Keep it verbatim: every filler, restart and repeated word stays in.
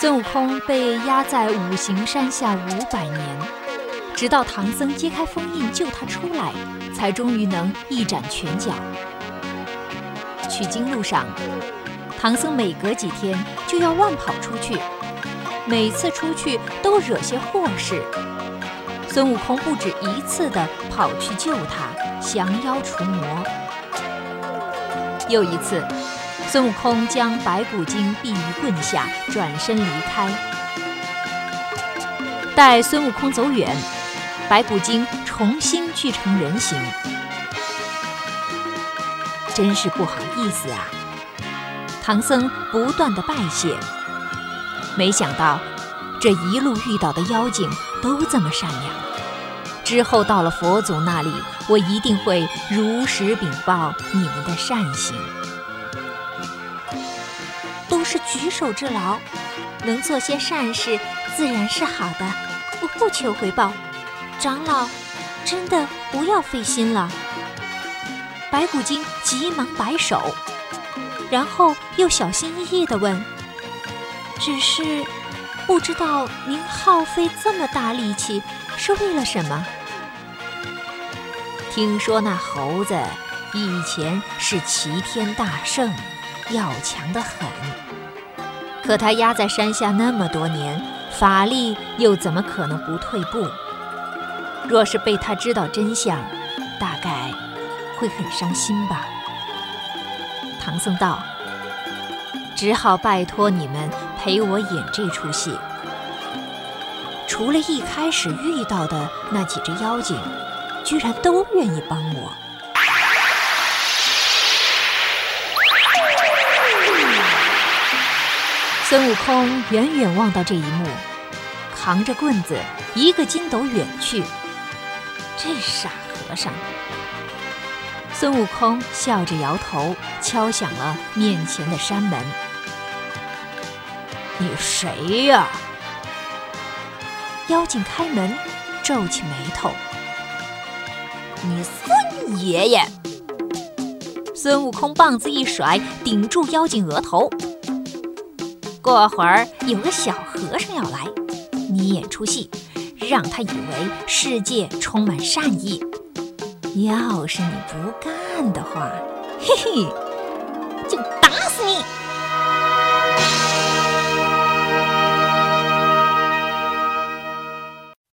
孙悟空被压在五行山下五百年，直到唐僧揭开封印救他出来，才终于能一展拳脚。取经路上，唐僧每隔几天就要乱跑出去，每次出去都惹些祸事。孙悟空不止一次地跑去救他，降妖除魔。又一次，孙悟空将白骨精毙于棍下，转身离开。待孙悟空走远，白骨精重新聚成人形。真是不好意思啊！唐僧不断地拜谢，没想到这一路遇到的妖精都这么善良。之后到了佛祖那里，我一定会如实禀报你们的善行。 都是举手之劳，能做些善事自然是好的，我不求回报。长老，真的不要费心了。白骨精急忙摆手，然后又小心翼翼地问：只是不知道您耗费这么大力气是为了什么？ 听说那猴子以前是齐天大圣，要强得很，可他压在山下那么多年，法力又怎么可能不退步？若是被他知道真相，大概会很伤心吧。唐僧道：只好拜托你们陪我演这出戏。除了一开始遇到的那几只妖精，居然都愿意帮我。孙悟空远远望到这一幕，扛着棍子一个筋斗远去。这傻和尚！孙悟空笑着摇头，敲响了面前的山门。你谁呀？妖精开门，皱起眉头。你孙爷爷！孙悟空棒子一甩，顶住妖精额头。过会儿有个小和尚要来，你演出戏，让他以为世界充满善意。要是你不干的话，嘿嘿，就